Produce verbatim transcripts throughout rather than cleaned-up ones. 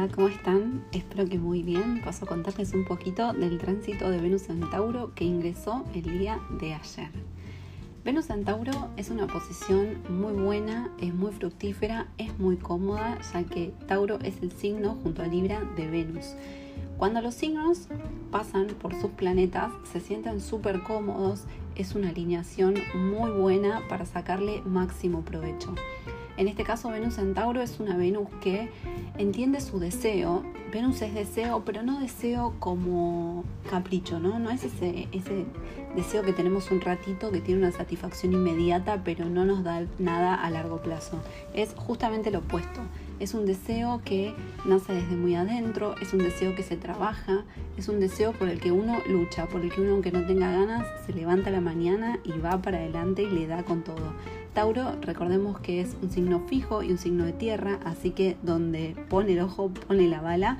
Hola, ¿cómo están? Espero que muy bien. Paso a contarles un poquito del tránsito de Venus en Tauro que ingresó el día de ayer. Venus en Tauro es una posición muy buena, es muy fructífera, es muy cómoda, ya que Tauro es el signo junto a Libra de Venus. Cuando los signos pasan por sus planetas, se sienten súper cómodos, es una alineación muy buena para sacarle máximo provecho. En este caso, Venus en Tauro es una Venus que entiende su deseo. Venus es deseo, pero no deseo como capricho, ¿no? No es ese, ese deseo que tenemos un ratito, que tiene una satisfacción inmediata, pero no nos da nada a largo plazo. Es justamente lo opuesto. Es un deseo que nace desde muy adentro, es un deseo que se trabaja, es un deseo por el que uno lucha, por el que uno, aunque no tenga ganas, se levanta a la mañana y va para adelante y le da con todo. Tauro, recordemos que es un signo fijo y un signo de tierra, así que donde pone el ojo, pone la bala.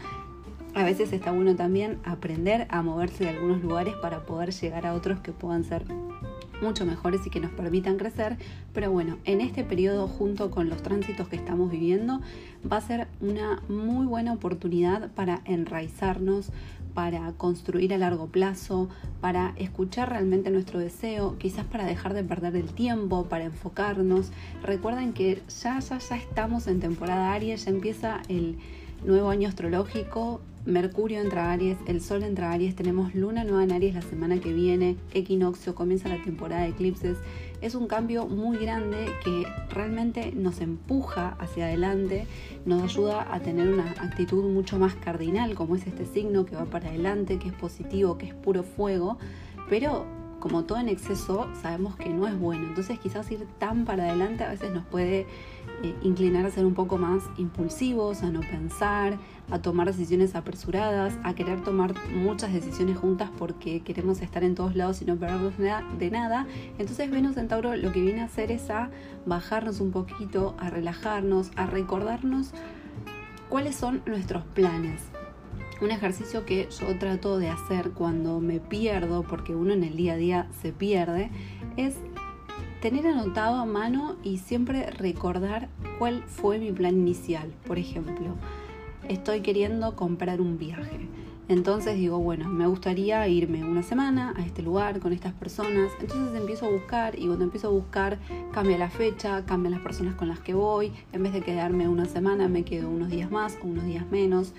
A veces está bueno también aprender a moverse de algunos lugares para poder llegar a otros que puedan ser mucho mejores y que nos permitan crecer, pero bueno, en este periodo, junto con los tránsitos que estamos viviendo, va a ser una muy buena oportunidad para enraizarnos, para construir a largo plazo, para escuchar realmente nuestro deseo, quizás para dejar de perder el tiempo, para enfocarnos. Recuerden que ya, ya, ya estamos en temporada Aries, ya empieza el nuevo año astrológico. Mercurio entra a Aries, el Sol entra a Aries, tenemos Luna nueva en Aries la semana que viene, equinoccio, comienza la temporada de eclipses. Es un cambio muy grande que realmente nos empuja hacia adelante, nos ayuda a tener una actitud mucho más cardinal, como es este signo que va para adelante, que es positivo, que es puro fuego, pero como todo en exceso sabemos que no es bueno. Entonces quizás ir tan para adelante a veces nos puede eh, inclinar a ser un poco más impulsivos, a no pensar, a tomar decisiones apresuradas, a querer tomar muchas decisiones juntas porque queremos estar en todos lados y no perdernos de nada. Entonces Venus en Tauro lo que viene a hacer es a bajarnos un poquito, a relajarnos, a recordarnos cuáles son nuestros planes. Un ejercicio que yo trato de hacer cuando me pierdo, porque uno en el día a día se pierde, es tener anotado a mano y siempre recordar cuál fue mi plan inicial. Por ejemplo, estoy queriendo comprar un viaje. Entonces digo, bueno, me gustaría irme una semana a este lugar con estas personas. Entonces empiezo a buscar y cuando empiezo a buscar cambia la fecha, cambian las personas con las que voy. En vez de quedarme una semana me quedo unos días más o unos días menos.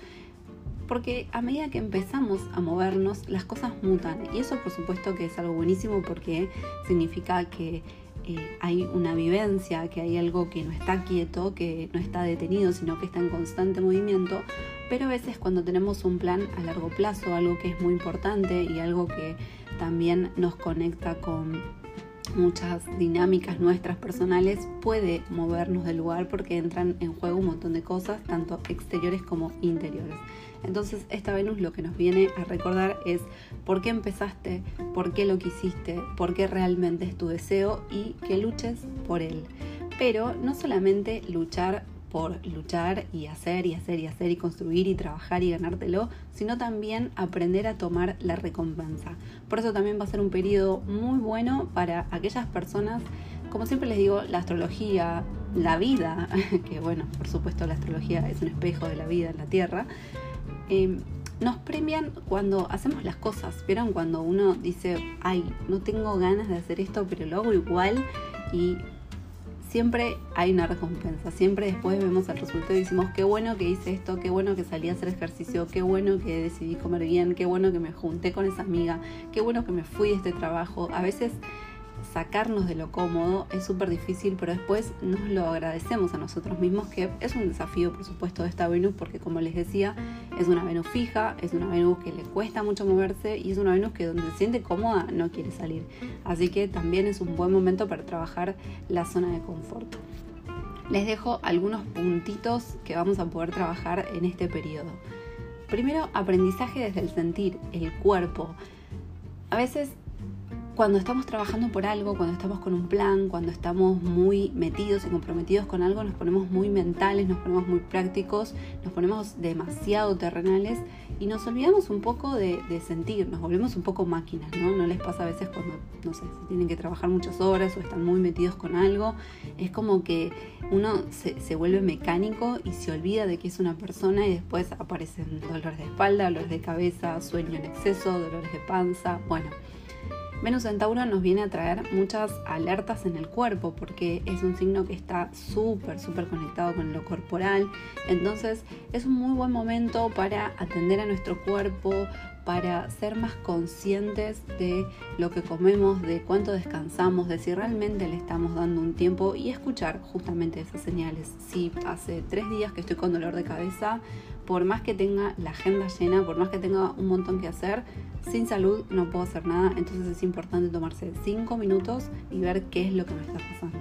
Porque a medida que empezamos a movernos, las cosas mutan. Y eso por supuesto que es algo buenísimo porque significa que eh, hay una vivencia, que hay algo que no está quieto, que no está detenido, sino que está en constante movimiento. Pero a veces cuando tenemos un plan a largo plazo, algo que es muy importante y algo que también nos conecta con muchas dinámicas nuestras personales, puede movernos del lugar porque entran en juego un montón de cosas, tanto exteriores como interiores. Entonces esta Venus lo que nos viene a recordar es por qué empezaste, por qué lo quisiste, por qué realmente es tu deseo y que luches por él. Pero no solamente luchar por luchar y hacer y hacer y hacer y construir y trabajar y ganártelo, sino también aprender a tomar la recompensa. Por eso también va a ser un periodo muy bueno para aquellas personas, como siempre les digo, la astrología, la vida, que bueno, por supuesto la astrología es un espejo de la vida en la Tierra, eh, nos premian cuando hacemos las cosas. ¿Vieron? Cuando uno dice, ay, no tengo ganas de hacer esto, pero lo hago igual, y siempre hay una recompensa, siempre después vemos el resultado y decimos qué bueno que hice esto, qué bueno que salí a hacer ejercicio, qué bueno que decidí comer bien, qué bueno que me junté con esa amiga, qué bueno que me fui de este trabajo. A veces sacarnos de lo cómodo es súper difícil, pero después nos lo agradecemos a nosotros mismos, que es un desafío por supuesto de esta Venus, porque como les decía, es una Venus fija, es una Venus que le cuesta mucho moverse y es una Venus que donde se siente cómoda no quiere salir, así que también es un buen momento para trabajar la zona de confort. Les dejo algunos puntitos que vamos a poder trabajar en este periodo. Primero, aprendizaje desde el sentir, el cuerpo. A veces cuando estamos trabajando por algo, cuando estamos con un plan, cuando estamos muy metidos y comprometidos con algo, nos ponemos muy mentales, nos ponemos muy prácticos, nos ponemos demasiado terrenales y nos olvidamos un poco de, de sentir, nos volvemos un poco máquinas, ¿no? ¿No les pasa a veces cuando, no sé, si tienen que trabajar muchas horas o están muy metidos con algo? Es como que uno se, se vuelve mecánico y se olvida de que es una persona y después aparecen dolores de espalda, dolores de cabeza, sueño en exceso, dolores de panza, bueno. Venus en Tauro nos viene a traer muchas alertas en el cuerpo porque es un signo que está súper, súper conectado con lo corporal. Entonces es un muy buen momento para atender a nuestro cuerpo, para ser más conscientes de lo que comemos, de cuánto descansamos, de si realmente le estamos dando un tiempo y escuchar justamente esas señales. Si hace tres días que estoy con dolor de cabeza, por más que tenga la agenda llena, por más que tenga un montón que hacer, sin salud no puedo hacer nada, entonces es importante tomarse cinco minutos y ver qué es lo que me está pasando.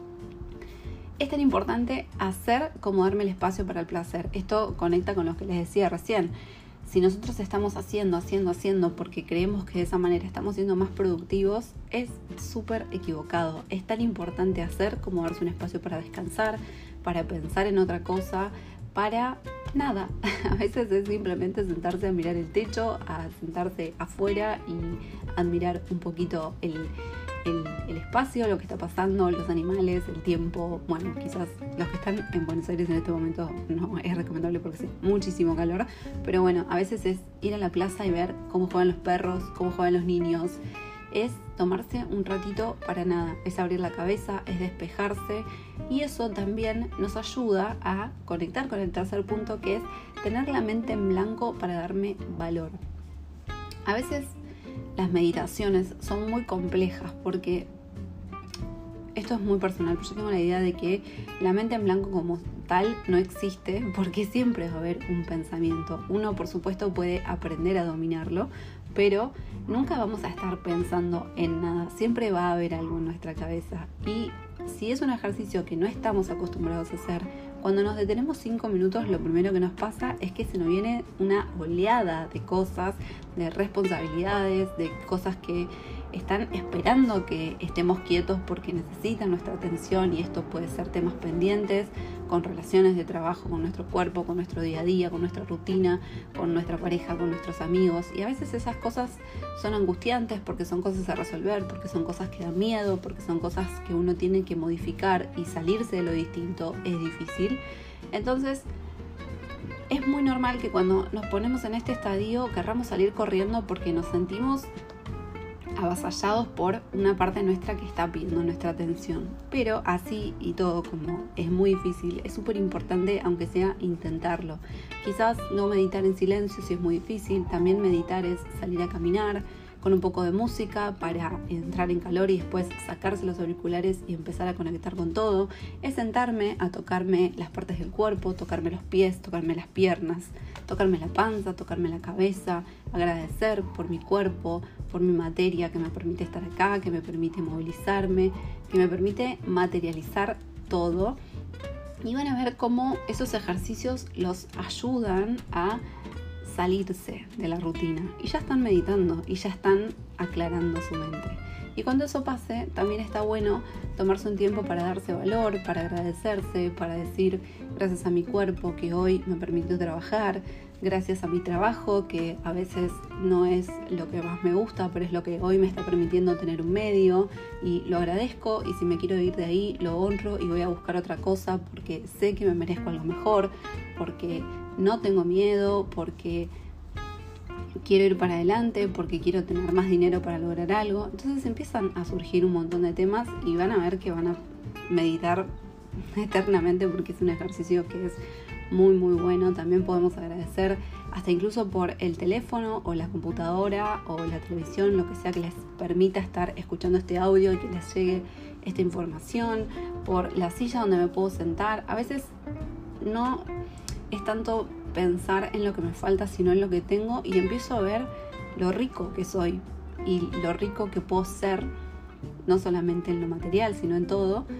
Es tan importante hacer como darme el espacio para el placer. Esto conecta con lo que les decía recién. Si nosotros estamos haciendo, haciendo, haciendo porque creemos que de esa manera estamos siendo más productivos, es súper equivocado. Es tan importante hacer como darse un espacio para descansar, para pensar en otra cosa, para nada. A veces es simplemente sentarse a mirar el techo, a sentarse afuera y admirar un poquito el, el, el espacio, lo que está pasando, los animales, el tiempo. Bueno, quizás los que están en Buenos Aires en este momento no es recomendable porque hace muchísimo calor, pero bueno, a veces es ir a la plaza y ver cómo juegan los perros, cómo juegan los niños. Es tomarse un ratito para nada, es abrir la cabeza, es despejarse y eso también nos ayuda a conectar con el tercer punto, que es tener la mente en blanco para darme valor. A veces las meditaciones son muy complejas porque esto es muy personal, pero yo tengo la idea de que la mente en blanco como tal no existe porque siempre va a haber un pensamiento. Uno, por supuesto, puede aprender a dominarlo, pero nunca vamos a estar pensando en nada. Siempre va a haber algo en nuestra cabeza. Y si es un ejercicio que no estamos acostumbrados a hacer, cuando nos detenemos cinco minutos, lo primero que nos pasa es que se nos viene una oleada de cosas, de responsabilidades, de cosas que están esperando que estemos quietos porque necesitan nuestra atención, y esto puede ser temas pendientes con relaciones de trabajo, con nuestro cuerpo, con nuestro día a día, con nuestra rutina, con nuestra pareja, con nuestros amigos, y a veces esas cosas son angustiantes porque son cosas a resolver, porque son cosas que dan miedo, porque son cosas que uno tiene que modificar, y salirse de lo distinto es difícil. Entonces es muy normal que cuando nos ponemos en este estadio querramos salir corriendo porque nos sentimos avasallados por una parte nuestra que está pidiendo nuestra atención. Pero así y todo, como es muy difícil, es súper importante, aunque sea, intentarlo. Quizás no meditar en silencio si es muy difícil. También meditar es salir a caminar con un poco de música para entrar en calor y después sacarse los auriculares y empezar a conectar con todo. Es sentarme a tocarme las partes del cuerpo, tocarme los pies, tocarme las piernas, tocarme la panza, tocarme la cabeza, agradecer por mi cuerpo, por mi materia que me permite estar acá, que me permite movilizarme, que me permite materializar todo. Y van a ver cómo esos ejercicios los ayudan a salirse de la rutina, y ya están meditando y ya están aclarando su mente. Y cuando eso pase, también está bueno tomarse un tiempo para darse valor, para agradecerse, para decir gracias a mi cuerpo que hoy me permitió trabajar, gracias a mi trabajo que a veces no es lo que más me gusta, pero es lo que hoy me está permitiendo tener un medio, y lo agradezco, y si me quiero ir de ahí lo honro y voy a buscar otra cosa porque sé que me merezco algo mejor, porque no tengo miedo, porque quiero ir para adelante, porque quiero tener más dinero para lograr algo. Entonces empiezan a surgir un montón de temas y van a ver que van a meditar eternamente porque es un ejercicio que es muy muy bueno. También podemos agradecer hasta incluso por el teléfono o la computadora o la televisión, lo que sea que les permita estar escuchando este audio y que les llegue esta información, por la silla donde me puedo sentar. A veces no es tanto pensar en lo que me falta, sino en lo que tengo, y empiezo a ver lo rico que soy y lo rico que puedo ser, no solamente en lo material, sino en todo,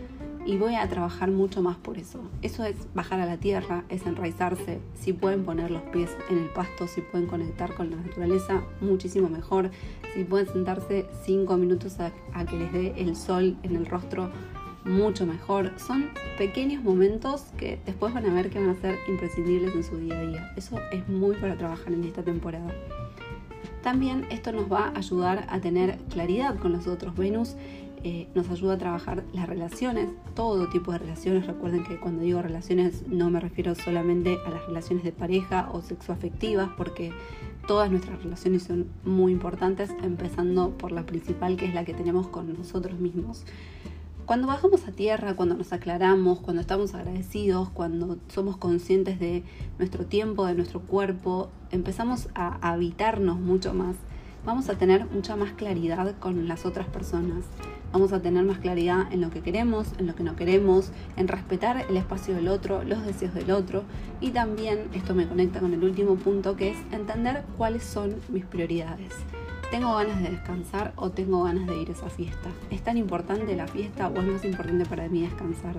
y voy a trabajar mucho más por eso. Eso es bajar a la tierra, es enraizarse. Si pueden poner los pies en el pasto, si pueden conectar con la naturaleza, muchísimo mejor. Si pueden sentarse cinco minutos a, a que les dé el sol en el rostro, mucho mejor. Son pequeños momentos que después van a ver que van a ser imprescindibles en su día a día. Eso es muy para trabajar en esta temporada. También esto nos va a ayudar a tener claridad con los otros. Venus eh, nos ayuda a trabajar las relaciones, todo tipo de relaciones. Recuerden que cuando digo relaciones no me refiero solamente a las relaciones de pareja o sexoafectivas, porque todas nuestras relaciones son muy importantes, empezando por la principal, que es la que tenemos con nosotros mismos. Cuando bajamos a tierra, cuando nos aclaramos, cuando estamos agradecidos, cuando somos conscientes de nuestro tiempo, de nuestro cuerpo, empezamos a habitarnos mucho más. Vamos a tener mucha más claridad con las otras personas. Vamos a tener más claridad en lo que queremos, en lo que no queremos, en respetar el espacio del otro, los deseos del otro. Y también esto me conecta con el último punto, que es entender cuáles son mis prioridades. ¿Tengo ganas de descansar o tengo ganas de ir a esa fiesta? ¿Es tan importante la fiesta o es más importante para mí descansar?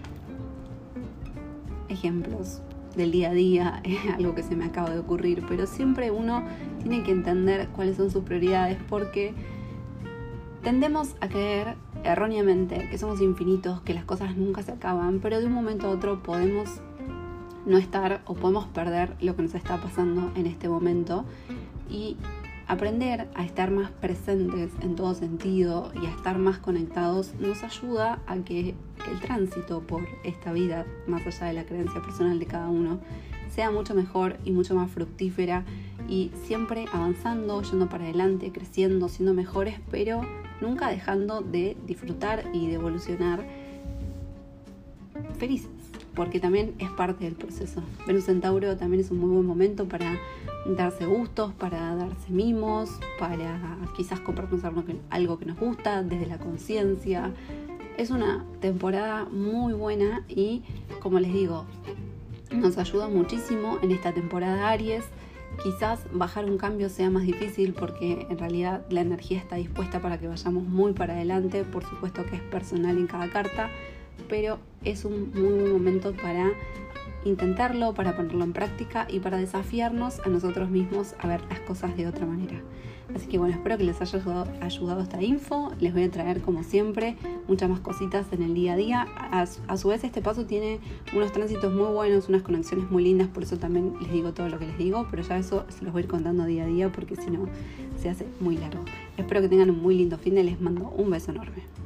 Ejemplos del día a día, es algo que se me acaba de ocurrir, pero siempre uno tiene que entender cuáles son sus prioridades, porque tendemos a creer erróneamente que somos infinitos, que las cosas nunca se acaban, pero de un momento a otro podemos no estar o podemos perder lo que nos está pasando en este momento. Y aprender a estar más presentes en todo sentido y a estar más conectados nos ayuda a que el tránsito por esta vida, más allá de la creencia personal de cada uno, sea mucho mejor y mucho más fructífera, y siempre avanzando, yendo para adelante, creciendo, siendo mejores, pero nunca dejando de disfrutar y de evolucionar felices, porque también es parte del proceso. Venus en Tauro también es un muy buen momento para darse gustos, para darse mimos, para quizás comprarnos algo que nos gusta desde la conciencia. Es una temporada muy buena y, como les digo, nos ayuda muchísimo en esta temporada Aries. Quizás bajar un cambio sea más difícil porque en realidad la energía está dispuesta para que vayamos muy para adelante. Por supuesto que es personal en cada carta, pero es un muy buen momento para intentarlo, para ponerlo en práctica y para desafiarnos a nosotros mismos a ver las cosas de otra manera. Así que bueno, espero que les haya ayudado, ayudado esta info. Les voy a traer, como siempre, muchas más cositas en el día a día. A, a su vez, este paso tiene unos tránsitos muy buenos, unas conexiones muy lindas, por eso también les digo todo lo que les digo, pero ya eso se los voy a ir contando día a día porque si no se hace muy largo. Espero que tengan un muy lindo fin de, les mando un beso enorme.